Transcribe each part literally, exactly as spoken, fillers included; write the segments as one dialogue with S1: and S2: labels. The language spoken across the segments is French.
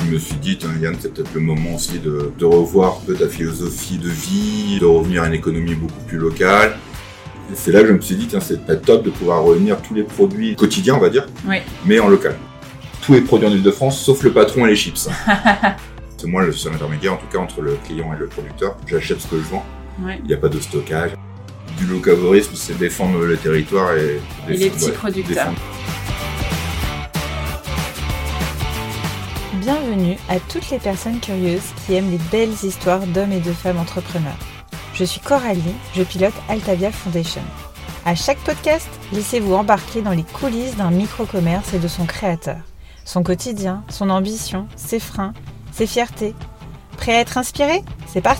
S1: je me suis dit, tiens, Yann, c'est peut-être le moment aussi de, de revoir un peu ta philosophie de vie, de revenir à une économie beaucoup plus locale. Et c'est là que je me suis dit, tiens, c'est peut-être top de pouvoir revenir tous les produits quotidiens, on va dire,
S2: oui.
S1: mais en local. Tous les produits en Île-de-France, sauf le patron et les chips. C'est moi le seul intermédiaire, en tout cas, entre le client et le producteur. J'achète ce que je vends.
S2: Oui.
S1: Il n'y a pas de stockage. Du locavorisme, c'est défendre le territoire et,
S2: et
S1: défendre,
S2: les petits
S1: ouais,
S2: producteurs.
S1: Défendre.
S3: Bienvenue à toutes les personnes curieuses qui aiment les belles histoires d'hommes et de femmes entrepreneurs. Je suis Coralie, je pilote Altavia Foundation. À chaque podcast, laissez-vous embarquer dans les coulisses d'un micro-commerce et de son créateur. Son quotidien, son ambition, ses freins, ses fiertés. Prêt à être inspiré ? C'est parti !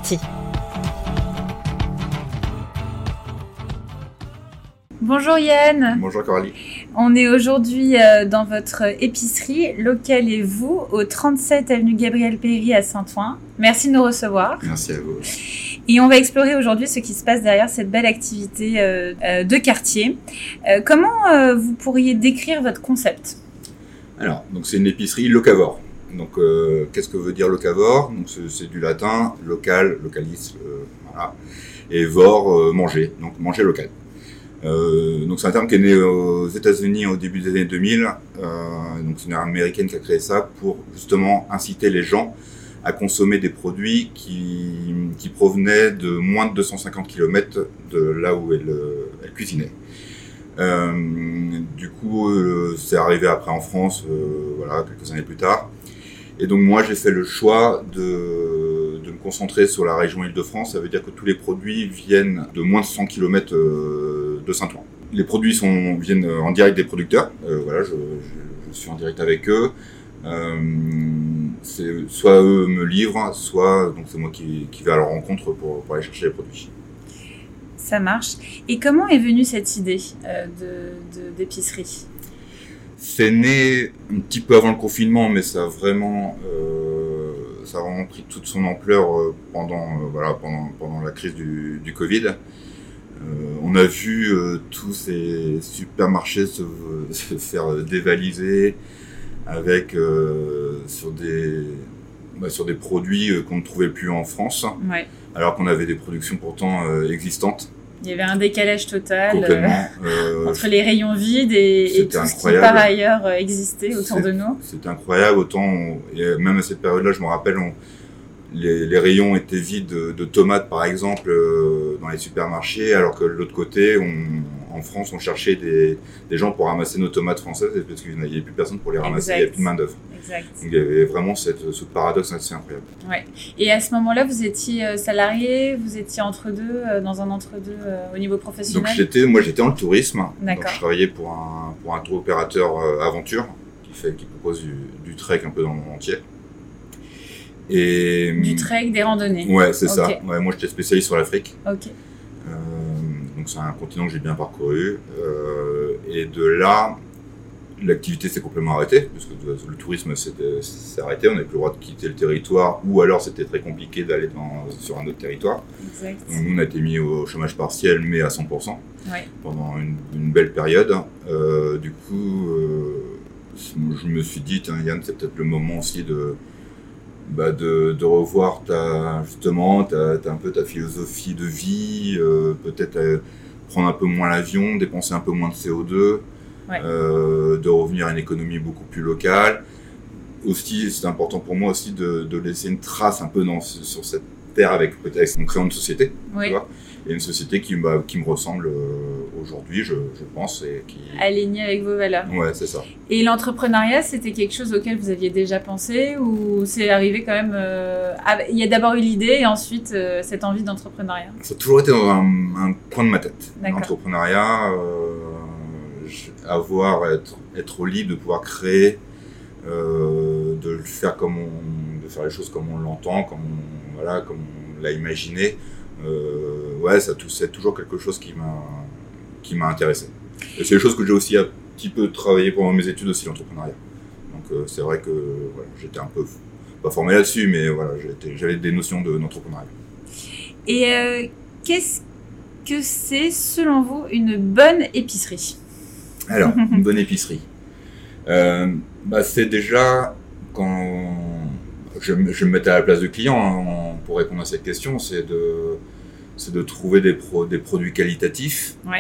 S2: Bonjour Yann.
S1: Bonjour Coralie.
S2: On est aujourd'hui euh, dans votre épicerie Local et Vous au trente-sept avenue Gabriel Péri à Saint-Ouen. Merci de nous recevoir.
S1: Merci à vous.
S2: Et on va explorer aujourd'hui ce qui se passe derrière cette belle activité euh, euh, de quartier. Euh, comment euh, vous pourriez décrire votre concept ?
S1: Alors, donc c'est une épicerie locavore. Donc, euh, qu'est-ce que veut dire locavore ? Donc, c'est, c'est du latin, local, localis, euh, voilà, et vor, euh, manger, donc manger local. Euh, donc c'est un terme qui est né aux États-Unis au début des années deux mille. Euh, donc c'est une américaine qui a créé ça pour justement inciter les gens à consommer des produits qui, qui provenaient de moins de deux cent cinquante kilomètres de là où elle, elle cuisinait. Euh, du coup, euh, c'est arrivé après en France, euh, voilà, quelques années plus tard. Et donc moi, j'ai fait le choix de, de me concentrer sur la région Île-de-France. Ça veut dire que tous les produits viennent de moins de cent kilomètres euh, de Saint-Ouen. Les produits sont, viennent en direct des producteurs. Euh, voilà, je, je, je suis en direct avec eux. Euh, c'est, soit eux me livrent, soit donc c'est moi qui, qui vais à leur rencontre pour, pour aller chercher les produits.
S2: Ça marche. Et comment est venue cette idée euh, de, de, d'épicerie ?
S1: C'est né un petit peu avant le confinement, mais ça a vraiment, euh, ça a vraiment pris toute son ampleur euh, pendant, euh, voilà, pendant, pendant la crise du, du Covid. Euh, on a vu euh, tous ces supermarchés se, se faire dévaliser avec euh, sur des, bah, sur des produits euh, qu'on ne trouvait plus en France,
S2: ouais.
S1: alors qu'on avait des productions pourtant euh, existantes.
S2: Il y avait un décalage total
S1: euh,
S2: euh, entre les rayons vides et, et tout incroyable. Ce qui par ailleurs euh, existait autour
S1: C'est,
S2: de nous.
S1: C'était incroyable, autant on, et même à cette période-là, je me rappelle, on, les, les rayons étaient vides de, de tomates par exemple euh, dans les supermarchés, alors que de l'autre côté, on, en France, on cherchait des, des gens pour ramasser nos tomates françaises parce qu'il n'y avait plus personne pour les ramasser, exact. Il n'y avait plus de main d'œuvre.
S2: Exact.
S1: Donc il y avait vraiment cette, ce paradoxe assez incroyable.
S2: Ouais. Et à ce moment-là, vous étiez salarié, vous étiez entre deux, dans un entre-deux euh, au niveau professionnel.
S1: Donc j'étais, moi j'étais dans le tourisme.
S2: D'accord.
S1: Donc je travaillais pour un pour un tour opérateur euh, aventure qui fait qui propose du, du trek un peu dans le monde entier. Et
S2: du trek, des randonnées.
S1: Ouais, c'est
S2: okay.
S1: ça. Ouais, moi j'étais spécialiste sur l'Afrique.
S2: Ok.
S1: Euh, donc c'est un continent que j'ai bien parcouru. Euh, et de là, l'activité s'est complètement arrêtée, parce que le tourisme s'est, s'est arrêté, on n'avait plus le droit de quitter le territoire, ou alors c'était très compliqué d'aller dans, sur un autre territoire.
S2: Exact.
S1: Donc nous, on a été mis au chômage partiel, mais à cent pour cent,
S2: ouais.
S1: pendant une, une belle période. Euh, du coup, euh, je me suis dit, tiens, Yann, c'est peut-être le moment aussi de, bah de, de revoir ta, justement, ta, ta, un peu ta philosophie de vie, euh, peut-être euh, prendre un peu moins l'avion, dépenser un peu moins de C O deux.
S2: Ouais.
S1: Euh, de revenir à une économie beaucoup plus locale. Aussi, c'est important pour moi aussi de, de laisser une trace un peu dans, sur cette terre avec peut-être en créant une société.
S2: Oui.
S1: Tu vois, et une société qui, bah, qui me ressemble euh, aujourd'hui, je, je pense. Et qui...
S2: alignée avec vos valeurs.
S1: Ouais, c'est ça.
S2: Et l'entrepreneuriat, c'était quelque chose auquel vous aviez déjà pensé ou c'est arrivé quand même euh, il y a d'abord eu l'idée et ensuite euh, cette envie d'entrepreneuriat ?
S1: Ça a toujours été dans un, un coin de ma tête.
S2: D'accord.
S1: L'entrepreneuriat, euh, avoir, être, être libre de pouvoir créer, euh, de le faire comme on, de faire les choses comme on l'entend, comme on, voilà, comme on l'a imaginé. Euh, ouais, ça, c'est toujours quelque chose qui m'a, qui m'a intéressé. Et c'est des choses que j'ai aussi un petit peu travaillé pendant mes études aussi, l'entrepreneuriat. Donc euh, c'est vrai que voilà, j'étais un peu, pas formé là-dessus, mais voilà, j'étais, j'avais des notions de, d'entrepreneuriat.
S2: Et euh, qu'est-ce que c'est, selon vous, une bonne épicerie ?
S1: Alors, une bonne épicerie. Euh, bah, c'est déjà quand, je, je me mettais à la place du client hein, pour répondre à cette question, c'est de, c'est de trouver des, pro, des produits qualitatifs.
S2: Ouais.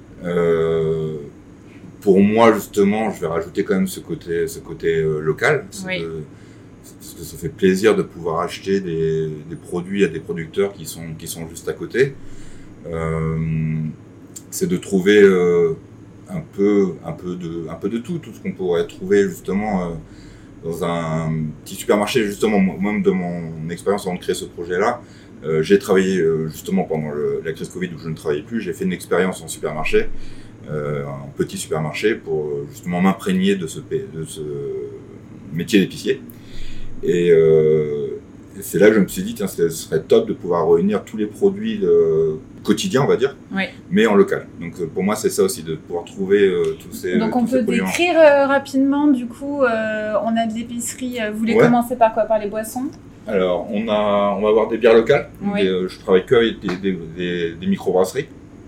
S1: Euh, pour moi, justement, je vais rajouter quand même ce côté, ce côté euh, local.
S2: Oui.
S1: De, parce que ça fait plaisir de pouvoir acheter des, des produits à des producteurs qui sont, qui sont juste à côté. Euh, c'est de trouver euh, un peu, un peu de, un peu de tout, tout ce qu'on pourrait trouver justement euh, dans un petit supermarché. Justement, moi-même de mon expérience avant de créer ce projet-là, euh, j'ai travaillé euh, justement pendant le, la crise Covid où je ne travaillais plus. J'ai fait une expérience en supermarché, euh, en petit supermarché, pour justement m'imprégner de ce, de ce métier d'épicier. Et euh, c'est là que je me suis dit, tiens, ce serait top de pouvoir réunir tous les produits de, quotidiens, on va dire,
S2: oui.
S1: mais en local. Donc pour moi, c'est ça aussi, de pouvoir trouver euh, tous ces
S2: Donc on
S1: tous
S2: peut décrire euh, rapidement, du coup, euh, on a de l'épicerie. Vous voulez ouais. commencer par quoi? Par les boissons?
S1: Alors, on, a, on va avoir des bières locales.
S2: Oui.
S1: Des, euh, je travaille que avec des, des, des, des microbrasseries,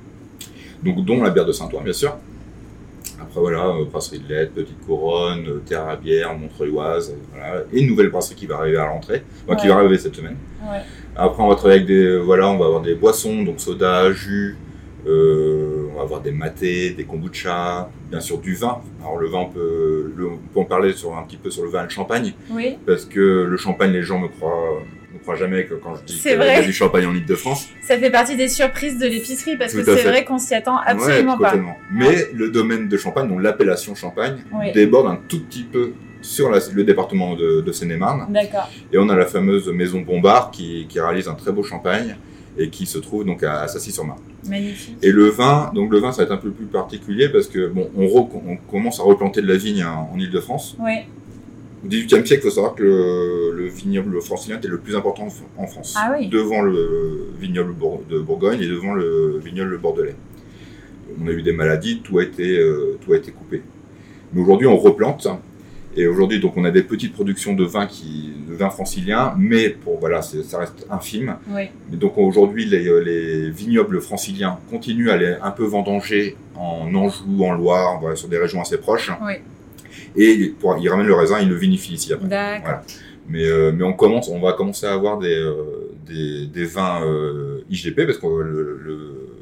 S1: donc dont la bière de Saint-Ouen, bien sûr. Après, voilà, euh, brasserie de Leyde, Petite Couronne, euh, Terre à bière, Montreuilloise, euh, voilà. Et une nouvelle brasserie qui va arriver à l'entrée, enfin, ouais. qui va arriver cette semaine.
S2: Ouais.
S1: Après, on va travailler avec des, voilà, on va avoir des boissons, donc soda, jus, euh, on va avoir des matés, des kombucha, bien sûr du vin. Alors le vin, on peut, le, on peut en parler sur, un petit peu sur le vin et le champagne,
S2: oui.
S1: parce que le champagne, les gens me croient, me croient jamais que quand je dis qu'il y a du champagne en Île-de-France.
S2: Ça fait partie des surprises de l'épicerie, parce Tout que c'est fait. vrai qu'on s'y attend absolument
S1: ouais,
S2: pas.
S1: Mais ouais. le domaine de Champagne, donc l'appellation Champagne, oui. déborde un tout petit peu sur la, le département de, de Seine-et-Marne.
S2: D'accord.
S1: Et on a la fameuse maison Bombard qui, qui réalise un très beau champagne et qui se trouve donc à, à Sassy-sur-Marne.
S2: Magnifique.
S1: Et le vin, donc le vin, ça va être un peu plus particulier parce que bon, on, re, on commence à replanter de la vigne en, en Île-de-France.
S2: Oui.
S1: Au dix-huitième siècle, il faut savoir que le, le vignoble francilien était le plus important en France,
S2: ah oui.
S1: devant le vignoble de Bourgogne et devant le vignoble bordelais. On a eu des maladies, tout a été, euh, tout a été coupé. Mais aujourd'hui, on replante. Et aujourd'hui, donc, on a des petites productions de vin qui, de vin francilien, mais pour voilà, c'est, ça reste infime.
S2: Oui.
S1: Mais donc aujourd'hui, les, les vignobles franciliens continuent à les un peu vendanger en Anjou, en Loire, voilà, sur des régions assez proches.
S2: Oui.
S1: Et pour, ils ramènent le raisin, ils le vinifient ici après.
S2: D'accord.
S1: Voilà. Mais euh, mais on commence, on va commencer à avoir des euh, des, des vins euh, I G P parce que le, le,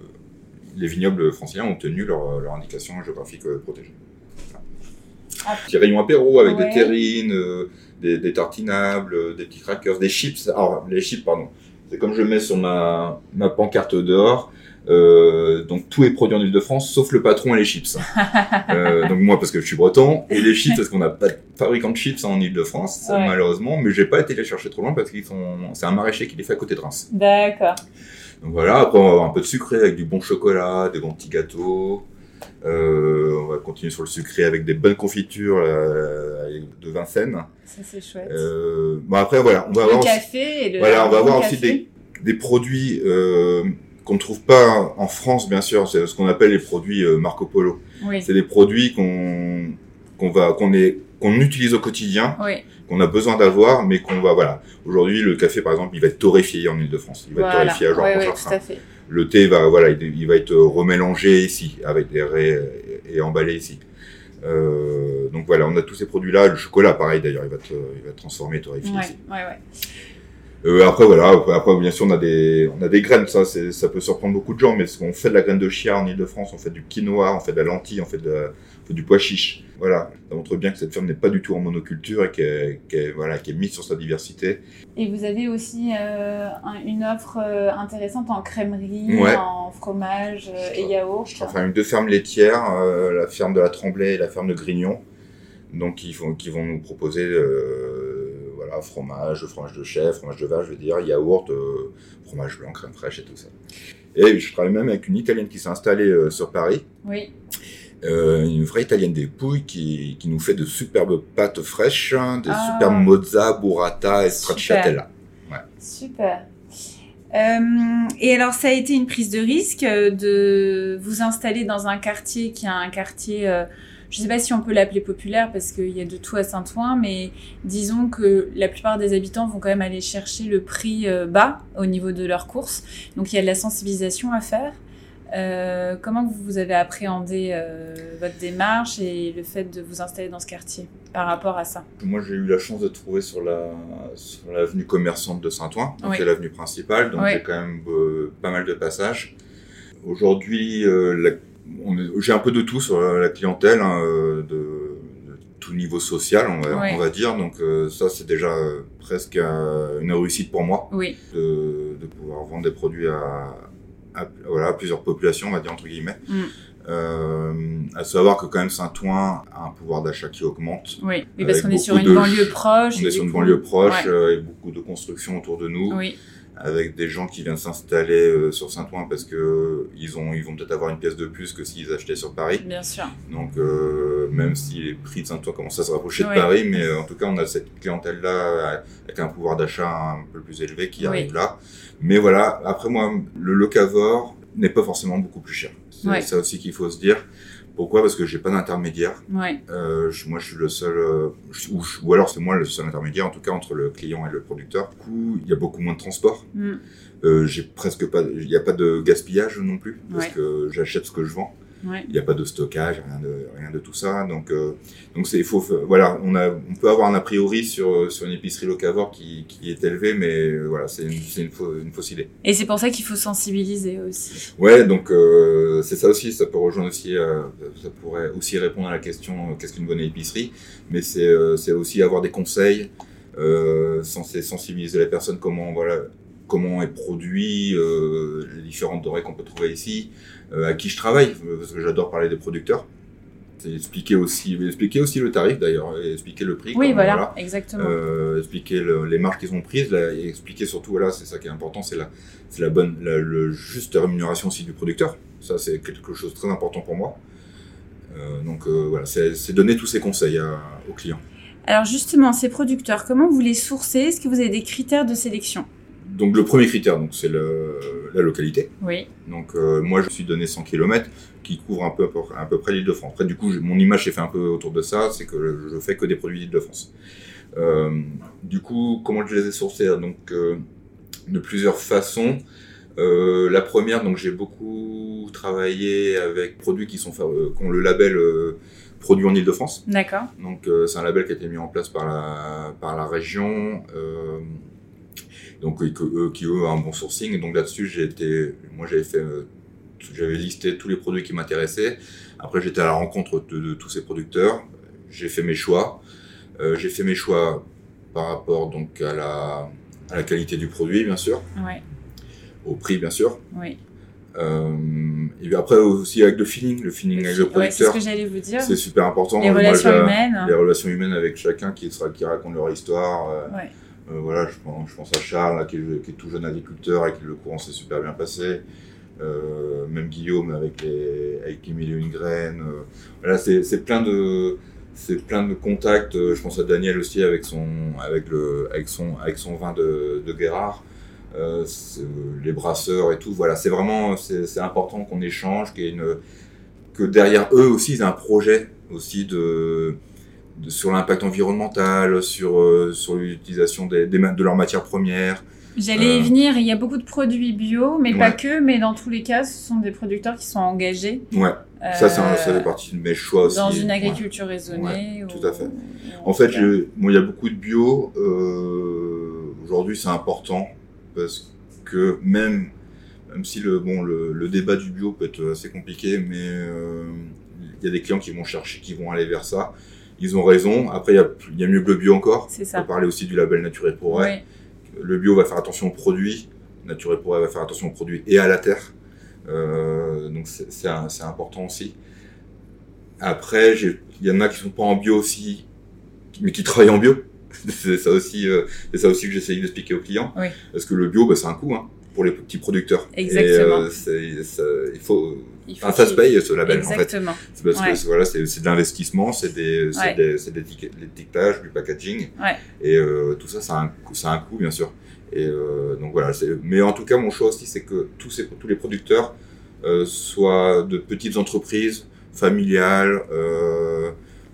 S1: les vignobles franciliens ont obtenu leur, leur indication géographique euh, protégée. Ah. Petit rayon apéro avec ouais. des terrines, euh, des, des tartinables, euh, des petits crackers, des chips. Alors, les chips, pardon. C'est comme je mets sur ma, ma pancarte dehors. Euh, donc, tout est produit en Île-de-France, sauf le patron et les chips. euh, donc, moi, parce que je suis breton. Et les chips, parce qu'on n'a pas de fabricant de chips en Île-de-France, ouais. malheureusement. Mais j'ai pas été les chercher trop loin parce qu'ils sont, c'est un maraîcher qui les fait à côté de Reims.
S2: D'accord.
S1: Donc voilà. Après, on va avoir un peu de sucré avec du bon chocolat, des bons petits gâteaux. Euh, on va continuer sur le sucré avec des bonnes confitures euh, de Vincennes.
S2: Ça c'est chouette.
S1: Euh, bon après voilà, on va
S2: le
S1: avoir
S2: café
S1: aussi,
S2: et le
S1: voilà, on va avoir
S2: café.
S1: aussi des, des produits euh, qu'on ne trouve pas en France bien sûr. C'est ce qu'on appelle les produits euh, Marco Polo.
S2: Oui.
S1: C'est des produits qu'on qu'on va qu'on est qu'on utilise au quotidien,
S2: oui.
S1: qu'on a besoin d'avoir, mais qu'on va voilà. Aujourd'hui, le café par exemple, il va être torréfié en Île-de-France. Il va
S2: voilà.
S1: être torréfié à genre
S2: oui,
S1: pour
S2: oui,
S1: chaque
S2: tout
S1: train.
S2: à fait.
S1: Le thé va voilà, il, il va être remélangé ici avec des raies et emballé ici. Euh, donc voilà, on a tous ces produits-là. Le chocolat, pareil d'ailleurs, il va être, il va être transformé, torréfié
S2: ouais,
S1: ici.
S2: Ouais, ouais.
S1: Euh, après voilà, après, après bien sûr on a des, on a des graines. Ça, c'est, ça peut surprendre beaucoup de gens, mais on fait de la graine de chia en Île-de-France, on fait du quinoa, on fait de la lentille, on fait, de la, on fait du pois chiche. Voilà, ça montre bien que cette ferme n'est pas du tout en monoculture et qu'elle, qu'elle, voilà, qu'elle mise sur sa diversité.
S2: Et vous avez aussi euh, un, une offre euh, intéressante en crèmerie,
S1: ouais.
S2: en fromage euh, et yaourt.
S1: Je travaille avec deux fermes laitières, euh, la ferme de la Tremblay et la ferme de Grignon, donc ils vont, qui vont nous proposer euh, voilà, fromage, fromage de chèvre, fromage de vache, je veux dire, yaourt, euh, fromage blanc, crème fraîche et tout ça. Et je travaille même avec une Italienne qui s'est installée euh, sur Paris.
S2: Oui.
S1: Euh, une vraie Italienne des Pouilles qui, qui nous fait de superbes pâtes fraîches, des
S2: ah,
S1: superbes mozza, burrata et stracciatella. Ouais.
S2: Super. Euh, et alors, ça a été une prise de risque de vous installer dans un quartier qui est un quartier, euh, je ne sais pas si on peut l'appeler populaire parce qu'il y a de tout à Saint-Ouen, mais disons que la plupart des habitants vont quand même aller chercher le prix euh, bas au niveau de leurs courses. Donc, il y a de la sensibilisation à faire. Euh, comment vous avez appréhendé euh, votre démarche et le fait de vous installer dans ce quartier par rapport à ça?
S1: Moi, j'ai eu la chance de trouver sur la sur l'avenue commerçante de Saint-Ouen, donc
S2: oui.
S1: c'est l'avenue principale, donc
S2: oui.
S1: j'ai quand même euh, pas mal de passages. Aujourd'hui, euh, la, on est, j'ai un peu de tout sur la, la clientèle, hein, de, de tout niveau social, on va,
S2: oui.
S1: on va dire. Donc euh, ça, c'est déjà euh, presque euh, une réussite pour moi,
S2: oui.
S1: de, de pouvoir vendre des produits à À, voilà, à plusieurs populations, on va dire entre guillemets. Mm. Euh, à savoir que quand même Saint-Ouen a un pouvoir d'achat qui augmente.
S2: Oui, oui parce qu'on est sur une banlieue proche.
S1: On est sur une banlieue proche,
S2: ouais.
S1: euh, avec beaucoup de construction autour de nous.
S2: Oui.
S1: Avec des gens qui viennent s'installer euh, sur Saint-Ouen parce que ils ont, ils vont peut-être avoir une pièce de plus que s'ils achetaient sur Paris.
S2: Bien sûr.
S1: Donc euh, même si les prix de Saint-Ouen commencent à se rapprocher
S2: oui.
S1: de Paris, mais euh, en tout cas on a cette clientèle-là avec un pouvoir d'achat un peu plus élevé qui oui. arrive là. Mais voilà, après moi, le locavore n'est pas forcément beaucoup plus cher. C'est ouais. ça aussi qu'il faut se dire. Pourquoi ? Parce que j'ai pas d'intermédiaire.
S2: Ouais.
S1: Euh, je, moi, je suis le seul, euh, ou, ou alors c'est moi le seul intermédiaire, en tout cas entre le client et le producteur. Du coup, il y a beaucoup moins de transport. Mm. Euh, j'ai presque pas, il n'y a pas de gaspillage non plus, parce ouais. que j'achète ce que je vends.
S2: Ouais.
S1: Il n'y a pas de stockage, rien de rien de tout ça. Donc euh, donc c'est il faut voilà, on a on peut avoir un a priori sur sur une épicerie locavore qui qui est élevée, mais voilà, c'est une c'est une, faux, une fausse idée.
S2: Et c'est pour ça qu'il faut sensibiliser aussi.
S1: Ouais, donc euh, c'est ça aussi, ça peut rejoindre aussi euh, ça pourrait aussi répondre à la question euh, qu'est-ce qu'une bonne épicerie, mais c'est euh, c'est aussi avoir des conseils euh censés sensibiliser les personnes comment voilà comment est produit, euh, les différentes denrées qu'on peut trouver ici, euh, à qui je travaille, parce que j'adore parler des producteurs. C'est expliquer aussi, expliquer aussi le tarif d'ailleurs, et expliquer le prix.
S2: Oui,
S1: comme,
S2: voilà,
S1: voilà,
S2: exactement.
S1: Euh, expliquer le, les marges qu'ils ont prises, là, et expliquer surtout, voilà, c'est ça qui est important, c'est la, c'est la bonne, la le juste rémunération aussi du producteur. Ça, c'est quelque chose de très important pour moi. Euh, donc euh, voilà, c'est, c'est donner tous ces conseils à, aux clients.
S2: Alors justement, ces producteurs, comment vous les sourcez ? Est-ce que vous avez des critères de sélection ?
S1: Donc le premier critère, donc c'est le, la localité.
S2: Oui.
S1: Donc euh, moi je me suis donné cent kilomètres qui couvrent un peu à peu près l'Île-de-France. Après du coup je, mon image s'est fait un peu autour de ça, c'est que je fais que des produits d'Île-de-France. Euh, du coup comment je les ai sourcés ? Donc euh, de plusieurs façons. Euh, la première, donc j'ai beaucoup travaillé avec produits qui sont euh, qui ont le label euh, produit en Île-de-France.
S2: D'accord.
S1: Donc euh, c'est un label qui a été mis en place par la par la région. Euh, donc eux, qui eux ont un bon sourcing, et donc là-dessus j'ai été, moi j'avais fait, euh, j'avais listé tous les produits qui m'intéressaient. Après j'étais à la rencontre de, de tous ces producteurs, j'ai fait mes choix, euh, j'ai fait mes choix par rapport donc à la à la qualité du produit bien sûr,
S2: ouais.
S1: au prix bien sûr,
S2: oui.
S1: Euh, et puis après aussi avec le feeling, le feeling le avec fi- le producteur.
S2: Ouais, c'est ce que j'allais vous dire.
S1: C'est super important.
S2: Les relations
S1: moi,
S2: humaines.
S1: Les relations humaines avec chacun qui sera qui raconte leur histoire. Euh,
S2: ouais.
S1: Euh, voilà, je pense, je pense à Charles, là, qui, est, qui est tout jeune agriculteur et qui le courant s'est super bien passé. Euh, même Guillaume avec les, avec les mille et une graines. Euh, voilà, c'est, c'est plein de, c'est plein de contacts. Je pense à Daniel aussi avec son, avec le, avec son, avec son vin de, de Guérard. Euh, les brasseurs et tout. Voilà, c'est vraiment, c'est, c'est important qu'on échange, qu'il y ait une, que derrière eux aussi, ils aient un projet aussi de. De, sur l'impact environnemental, sur, euh, sur l'utilisation des, des, de leurs matières premières.
S2: J'allais euh... y venir, il y a beaucoup de produits bio, mais ouais. pas que, mais dans tous les cas, ce sont des producteurs qui sont engagés.
S1: Ouais, euh, ça, c'est un, ça fait partie de mes choix aussi.
S2: Dans une agriculture ouais. raisonnée.
S1: Ouais,
S2: ou...
S1: tout à fait. En fait, je, bon, il y a beaucoup de bio. Euh, aujourd'hui, c'est important parce que même, même si le, bon, le, le débat du bio peut être assez compliqué, mais euh, il y a des clients qui vont chercher, qui vont aller vers ça. Ils ont raison. Après, il y a, il y a mieux que le bio encore.
S2: C'est ça.
S1: On peut parler aussi du label Nature et Progrès. Oui. Le bio va faire attention aux produits. Nature et Progrès va faire attention aux produits et à la terre. Euh, donc, c'est, c'est, un, c'est important aussi. Après, il y en a qui sont pas en bio aussi, mais qui travaillent en bio. c'est ça aussi, euh, c'est ça aussi que j'essaye d'expliquer aux clients.
S2: Oui.
S1: Parce que le bio, bah, c'est un coût, hein, pour les petits producteurs.
S2: Exactement.
S1: Et, euh, c'est, ça, il faut,
S2: il faut
S1: enfin, ça se paye, ce label,
S2: Exactement.
S1: en fait. C'est parce
S2: ouais.
S1: que, voilà, c'est, c'est de l'investissement, c'est des, c'est
S2: ouais.
S1: des, c'est de l'étiquetage, du packaging.
S2: Ouais.
S1: Et, euh, tout ça, ça a un coût, ça a un coût, bien sûr. Et, euh, donc voilà, c'est, mais en tout cas, mon choix aussi, c'est que tous ces, tous les producteurs, euh, soient de petites entreprises, familiales, euh,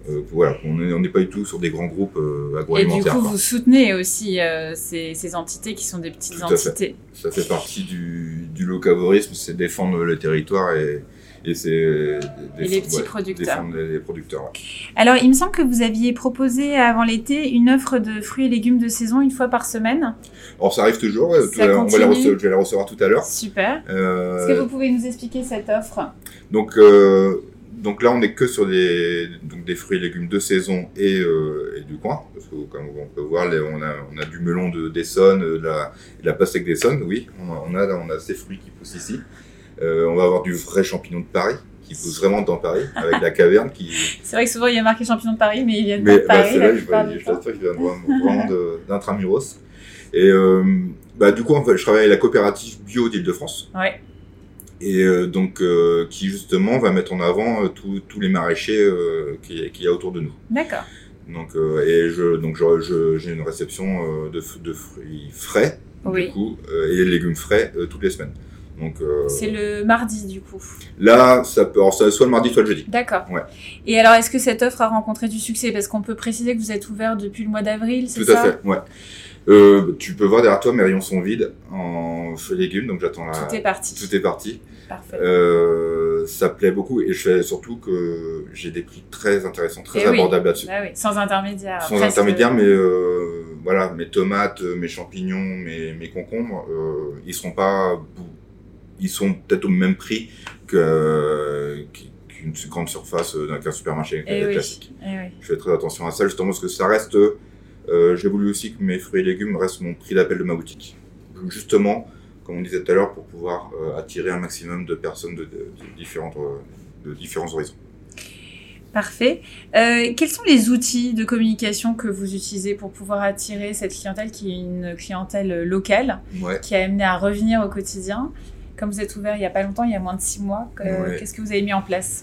S1: Euh, voilà, on n'est on n'est pas du tout sur des grands groupes euh,
S2: Et
S1: agroalimentaires.
S2: du coup,
S1: quoi.
S2: vous soutenez aussi euh, ces, ces entités qui sont des petites
S1: Tout à fait.
S2: entités.
S1: Ça fait partie du, du locavorisme, c'est défendre le territoire et, et c'est
S2: Et les petits
S1: ouais,
S2: producteurs.
S1: défendre les, les producteurs. ouais.
S2: Alors, il me semble que vous aviez proposé avant l'été une offre de fruits et légumes de saison une fois par semaine.
S1: Alors ça arrive toujours, ouais,
S2: Ça
S1: tout- on va la
S2: continue.
S1: recevoir, je vais la recevoir tout à l'heure.
S2: Super.
S1: Euh,
S2: Est-ce que vous pouvez nous expliquer cette offre?
S1: donc, euh, donc là, on est que sur des, donc des fruits et légumes de saison et, euh, et du coin. Parce que comme on peut voir, les- on, a, on a du melon de d'Essonne, de la, de la pastèque d'Essonne, oui. On a, on, a, on a ces fruits qui poussent ici. Euh, on va avoir du vrai champignon de Paris, qui pousse vraiment dans Paris, avec la caverne qui...
S2: C'est vrai que souvent il y a marqué champignon de Paris, mais ils viennent
S1: Mais
S2: pas de
S1: bah,
S2: Paris
S1: c'est
S2: la
S1: là, je,
S2: plupart
S1: je,
S2: du
S1: je
S2: temps.
S1: t'assure qu'ils viennent vraiment, vraiment de- d'intramuros. Et euh, bah, du coup, en fait, je travaille avec la coopérative bio d'Île-de-France.
S2: Ouais.
S1: Et euh, donc, euh, qui justement va mettre en avant euh, tous tous les maraîchers euh, qu'il qu'il y a autour de nous.
S2: D'accord.
S1: Donc, euh, et je, donc je, je, j'ai une réception euh, de, f- de fruits frais,
S2: Oui.
S1: du coup, euh, et des légumes frais euh, toutes les semaines. Donc euh,
S2: C'est le mardi du coup.
S1: là, ça peut, alors, ça, soit le mardi, soit le jeudi.
S2: D'accord.
S1: Ouais.
S2: Et alors, est-ce que cette offre a rencontré du succès? Parce qu'on peut préciser que vous êtes ouvert depuis le mois d'avril, c'est
S1: Tout
S2: ça?
S1: à fait, ouais. Euh, tu peux voir derrière toi, mes rayons sont vides en fruits et légumes, donc j'attends la...
S2: Tout est parti.
S1: Tout est parti.
S2: Parfait.
S1: Euh, ça plaît beaucoup et je fais surtout que j'ai des prix très intéressants, très
S2: Eh oui.
S1: abordables là-dessus.
S2: Bah oui, sans intermédiaire.
S1: Sans
S2: presque.
S1: intermédiaire, mais euh, voilà, mes tomates, mes champignons, mes, mes concombres, euh, ils seront pas, ils sont peut-être au même prix que qu'une grande surface d'un qu'un supermarché
S2: Eh oui.
S1: classique.
S2: Eh oui.
S1: Je fais très attention à ça, justement parce que ça reste. Euh, j'ai voulu aussi que mes fruits et légumes restent mon prix d'appel de ma boutique. Justement, comme on disait tout à l'heure, pour pouvoir euh, attirer un maximum de personnes de, de, de, différentes, de différents horizons.
S2: Parfait. Euh, quels sont les outils de communication que vous utilisez pour pouvoir attirer cette clientèle qui est une clientèle locale,
S1: Ouais.
S2: qui a amené à revenir au quotidien? Comme vous êtes ouvert il n'y a pas longtemps, il y a moins de six mois, euh,
S1: Ouais.
S2: qu'est-ce que vous avez mis en place?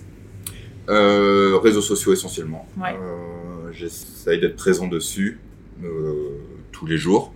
S1: Euh, réseaux sociaux essentiellement.
S2: Ouais.
S1: Euh, j'essaye d'être présent dessus euh, tous les jours.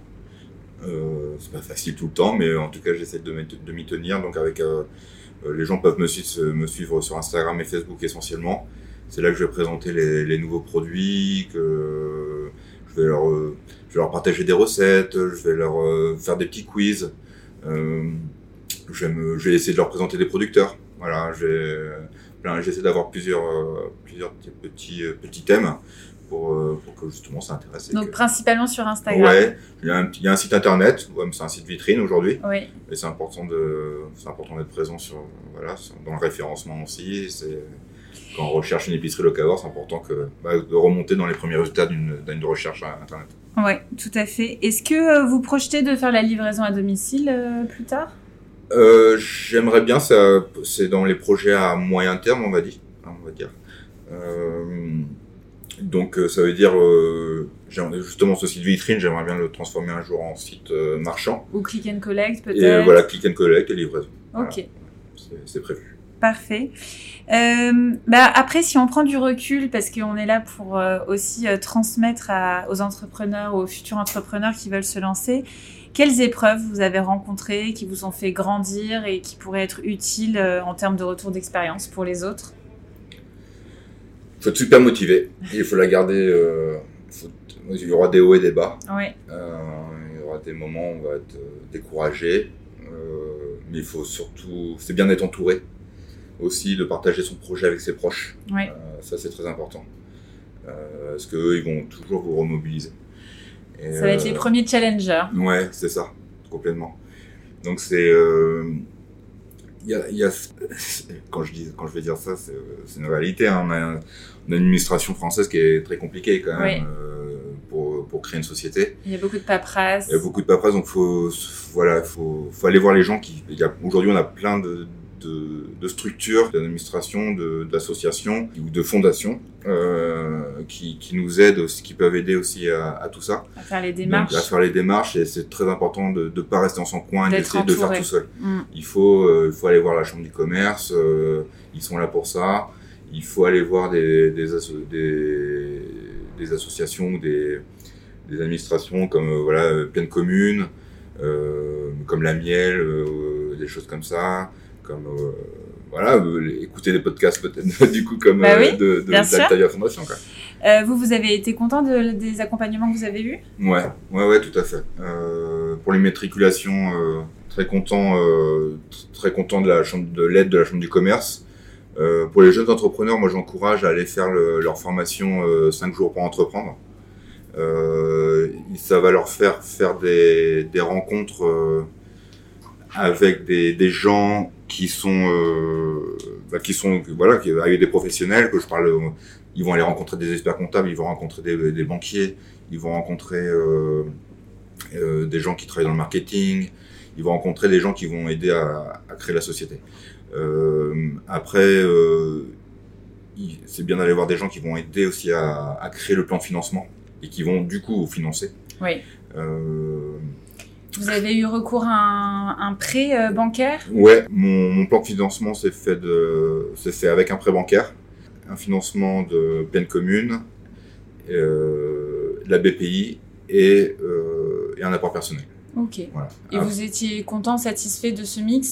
S1: Euh, c'est pas facile tout le temps, mais en tout cas j'essaie de, m'y- de m'y tenir. Donc avec euh, euh, les gens peuvent me suivre, me suivre sur Instagram et Facebook essentiellement. C'est là que je vais présenter les, les nouveaux produits, que je vais leur, euh, je vais leur partager des recettes, je vais leur euh, faire des petits quiz. Euh, je vais me, je vais essayer de leur présenter des producteurs. Voilà, j'ai plein- j'essaie d'avoir plusieurs, euh, plusieurs petits, petits, euh, petits thèmes pour, euh, pour que justement ça intéresse. et
S2: Donc
S1: que-
S2: principalement sur Instagram.
S1: Ouais, il y a un, il y a un site internet, ouais, mais c'est un site vitrine aujourd'hui,
S2: Oui.
S1: et c'est important de, c'est important d'être présent sur, voilà, sur- dans le référencement aussi. C'est, quand on recherche une épicerie locavore, c'est important que, bah, de remonter dans les premiers résultats d'une, d'une recherche à internet.
S2: Oui, tout à fait. Est-ce que euh, vous projetez de faire la livraison à domicile euh, plus tard?
S1: Euh, j'aimerais bien, ça, c'est dans les projets à moyen terme, on va dire. On va dire. Euh, donc, euh, ça veut dire, euh, j'aimerais- justement, ce site vitrine, j'aimerais bien le transformer un jour en site euh, marchand.
S2: Ou click and collect
S1: Et
S2: peut-être?
S1: euh, voilà, click and collect et livraison.
S2: Ok.
S1: Voilà. C'est, c'est prévu.
S2: Parfait. Euh, bah après, si on prend du recul, parce qu'on est là pour euh, aussi euh, transmettre à, aux entrepreneurs, aux futurs entrepreneurs qui veulent se lancer, quelles épreuves vous avez rencontrées, qui vous ont fait grandir et qui pourraient être utiles euh, en termes de retour d'expérience pour les autres?
S1: Il faut être super motivé. Il faut la garder. Euh, faut, il y aura des hauts et des bas.
S2: Oui,
S1: Euh, il y aura des moments où on va être euh, découragé. Euh, mais il faut surtout. C'est bien d'être entouré. Aussi, de partager son projet avec ses proches.
S2: oui.
S1: Euh, ça, c'est très important. Euh, parce qu'eux, ils vont toujours vous remobiliser. Et,
S2: Ça va être
S1: euh,
S2: les premiers challengers.
S1: Ouais, c'est ça, complètement. Donc c'est, euh, il y a, il y a, quand je dis, quand je vais dire ça, c'est, c'est une réalité. Hein. On a, un- on a une administration française qui est très compliquée quand même
S2: Oui.
S1: euh, pour pour créer une société.
S2: Il y a beaucoup de paperasse.
S1: Il y a beaucoup de paperasse, donc faut, voilà, faut, faut aller voir les gens qui. Il y a, aujourd'hui, on a plein de de, de structures, d'administrations, de, d'associations ou de fondations euh, qui, qui nous aident aussi, qui peuvent aider aussi à, à tout ça.
S2: À faire les démarches.
S1: Donc, à faire les démarches, et c'est très important de ne pas rester en son coin et
S2: D'être
S1: d'essayer de faire
S2: entouré.
S1: tout seul.
S2: Mm.
S1: Il faut, euh, il faut aller voir la chambre du commerce, euh, ils sont là pour ça. Il faut aller voir des, des, asso- des, des associations ou des, des administrations comme euh, voilà, euh, pleine commune, euh, comme la Miel, euh, des choses comme ça. Comme euh, voilà, euh, écouter des podcasts peut-être du coup comme
S2: Bah
S1: euh,
S2: oui,
S1: de, de,
S2: bien sûr.
S1: d'Altavia Fondation quoi.
S2: Euh, vous, vous avez été content de, des accompagnements que vous avez eus ?
S1: Ouais, ouais, ouais, tout à fait. Euh, pour les matriculations, euh, très content, euh, très content de la chambre, de l'aide de la chambre du commerce. Euh, pour les jeunes entrepreneurs, moi, j'encourage à aller faire le, leur formation euh, cinq jours pour entreprendre. Euh, ça va leur faire faire des, des rencontres euh, avec des, des gens qui sont, euh, bah, qui sont, voilà, qui, avec des professionnels que je parle. Euh, ils vont aller rencontrer des experts comptables, ils vont rencontrer des, des banquiers, ils vont rencontrer euh, euh, des gens qui travaillent dans le marketing, ils vont rencontrer des gens qui vont aider à, à créer la société. Euh, après, euh, c'est bien d'aller voir des gens qui vont aider aussi à, à créer le plan de financement et qui vont du coup financer.
S2: Oui.
S1: Euh,
S2: Vous avez eu recours à un, un prêt euh, bancaire ?
S1: Ouais, mon, mon plan de financement s'est fait, de, s'est fait avec un prêt bancaire, un financement de pleine commune, euh, la B P I et, euh, et un apport personnel.
S2: Ok.
S1: Voilà.
S2: Et ah. vous étiez content, satisfait de ce mixte ?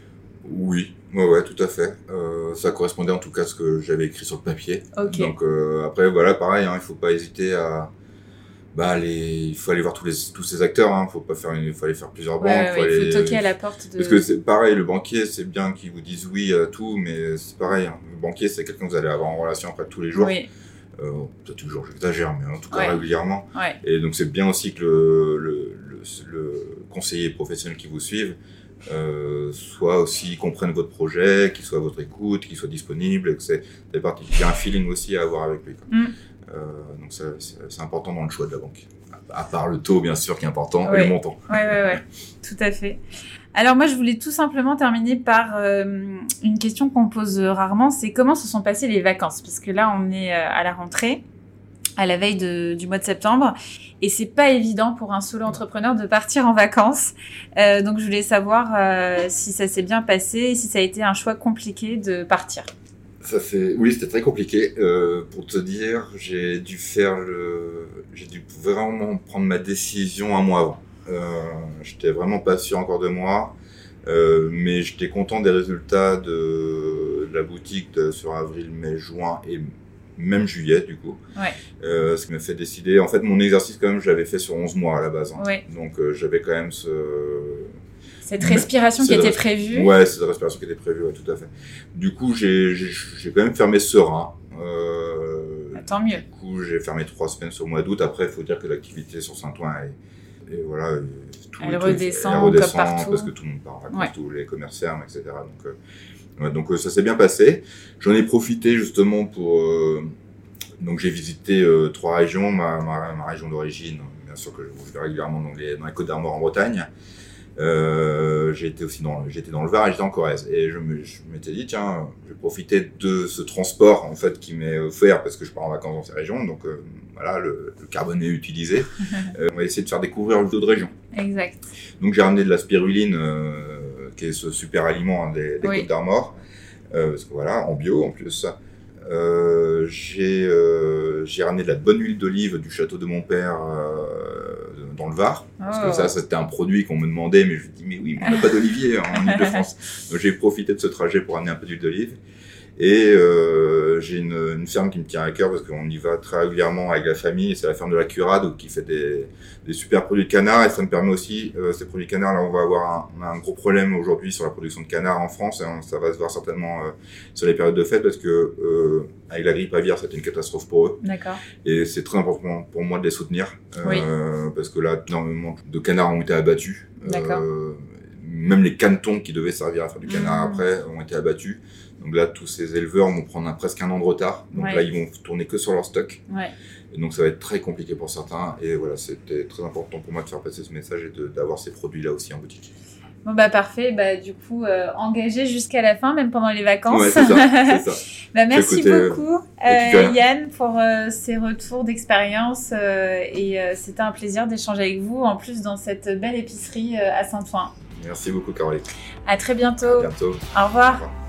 S1: Oui, ouais, ouais, tout à fait. Euh, ça correspondait en tout cas à ce que j'avais écrit sur le papier.
S2: Ok.
S1: Donc euh, après, voilà, pareil, hein, il faut pas hésiter à... Bah, les... il faut aller voir tous, les... tous ces acteurs, hein. Faut pas faire une... il faut aller faire plusieurs
S2: ouais,
S1: banques.
S2: Ouais,
S1: faut
S2: il
S1: aller...
S2: faut toquer à la porte de...
S1: Parce que c'est pareil, le banquier, c'est bien qu'ils vous disent oui à tout, mais c'est pareil, hein. Le banquier, c'est quelqu'un que vous allez avoir en relation après tous les jours.
S2: Oui.
S1: Euh, pas toujours, j'exagère, mais en tout cas
S2: ouais.
S1: régulièrement.
S2: Ouais.
S1: Et donc c'est bien aussi que le, le, le, le conseiller professionnel qui vous suive euh, soit aussi, comprenne votre projet, qu'il soit à votre écoute, qu'il soit disponible, et que c'est, c'est parti. Il y a un feeling aussi à avoir avec lui, quoi. Mm. Euh, donc ça, c'est, c'est important dans le choix de la banque. À part le taux, bien sûr, qui est important,
S2: ouais.
S1: et le montant.
S2: Ouais, ouais, ouais, tout à fait. Alors moi, je voulais tout simplement terminer par euh, une question qu'on pose rarement, c'est comment se sont passées les vacances ? Parce que là, on est à la rentrée, à la veille de, du mois de septembre, et c'est pas évident pour un solo entrepreneur de partir en vacances. Euh, donc je voulais savoir euh, si ça s'est bien passé et si ça a été un choix compliqué de partir.
S1: Ça fait, oui, c'était très compliqué. Euh, pour te dire, j'ai dû faire le, j'ai dû vraiment prendre ma décision un mois avant. Euh, j'étais vraiment pas sûr encore de moi, euh, mais j'étais content des résultats de, de la boutique de, sur avril, mai, juin et même juillet du coup.
S2: Ouais.
S1: Euh, ce qui m'a fait décider. En fait, mon exercice quand même, je l'avais fait sur onze mois à la base. Hein.
S2: Ouais.
S1: Donc euh, j'avais quand même ce
S2: cette respiration qui était prévue.
S1: Ouais, cette respiration qui était prévue, ouais, tout à fait. Du coup, j'ai j'ai, j'ai quand même fermé serein. Euh,
S2: ah, tant mieux.
S1: Du coup, j'ai fermé trois semaines sur le mois d'août. Après, il faut dire que l'activité sur Saint-Ouen est Et voilà, tout,
S2: elle,
S1: tout,
S2: redescend,
S1: elle redescend
S2: comme partout.
S1: parce que tout le monde part en vacances,
S2: ouais.
S1: tous les commerces ferment, et cetera. Donc, euh, ouais, donc euh, ça s'est bien passé. J'en ai profité justement pour... Euh, donc j'ai visité euh, trois régions, ma, ma, ma région d'origine, bien sûr que je vais régulièrement dans les, dans les Côtes d'Armor en Bretagne. Euh, j'ai été aussi dans, j'étais dans le Var et j'étais en Corrèze. Et je, me, je m'étais dit, tiens, je vais profiter de ce transport en fait qui m'est offert parce que je pars en vacances dans ces régions. Donc euh, voilà, le, le carbone est utilisé. euh, on va essayer de faire découvrir d'autres régions.
S2: Exact.
S1: Donc j'ai ramené de la spiruline, euh, qui est ce super aliment hein, des, des oui. Côtes d'Armor, euh, parce que voilà, en bio en plus. Euh, j'ai, euh, j'ai ramené de la bonne huile d'olive du château de mon père euh, dans le Var, oh. parce que ça c'était un produit qu'on me demandait, mais je me dis mais oui, mais on n'a pas d'olivier en Ile-de-France. Donc j'ai profité de ce trajet pour ramener un peu d'huile d'olive. Et euh, j'ai une, une ferme qui me tient à cœur parce qu'on y va très régulièrement avec la famille. C'est la ferme de la Curade qui fait des, des super produits de canard et ça me permet aussi, euh, ces produits de canard, là on va avoir un, on a un gros problème aujourd'hui sur la production de canard en France et on, ça va se voir certainement euh, sur les périodes de fête parce que euh, avec la grippe aviaire c'était une catastrophe pour eux.
S2: D'accord.
S1: Et c'est très important pour moi de les soutenir euh,
S2: oui.
S1: parce que là énormément de canards ont été abattus.
S2: D'accord.
S1: Euh, même les canetons qui devaient servir à faire du canard mmh. après ont été abattus. Donc là, tous ces éleveurs vont prendre un, presque un an de retard. Donc
S2: ouais.
S1: là, ils vont tourner que sur leur stock.
S2: Ouais.
S1: Et donc, ça va être très compliqué pour certains. Et voilà, c'était très important pour moi de faire passer ce message et de, d'avoir ces produits-là aussi en boutique.
S2: Bon, bah parfait. Bah, du coup, euh, engagé jusqu'à la fin, même pendant les vacances.
S1: Ouais, c'est ça. C'est ça.
S2: bah, merci
S1: côté,
S2: beaucoup, euh, Yann, pour euh, ces retours d'expérience. Euh, et euh, c'était un plaisir d'échanger avec vous, en plus dans cette belle épicerie euh, à Saint-Ouen.
S1: Merci beaucoup, Caroline.
S2: À très bientôt.
S1: À bientôt.
S2: Au revoir.
S1: Au revoir.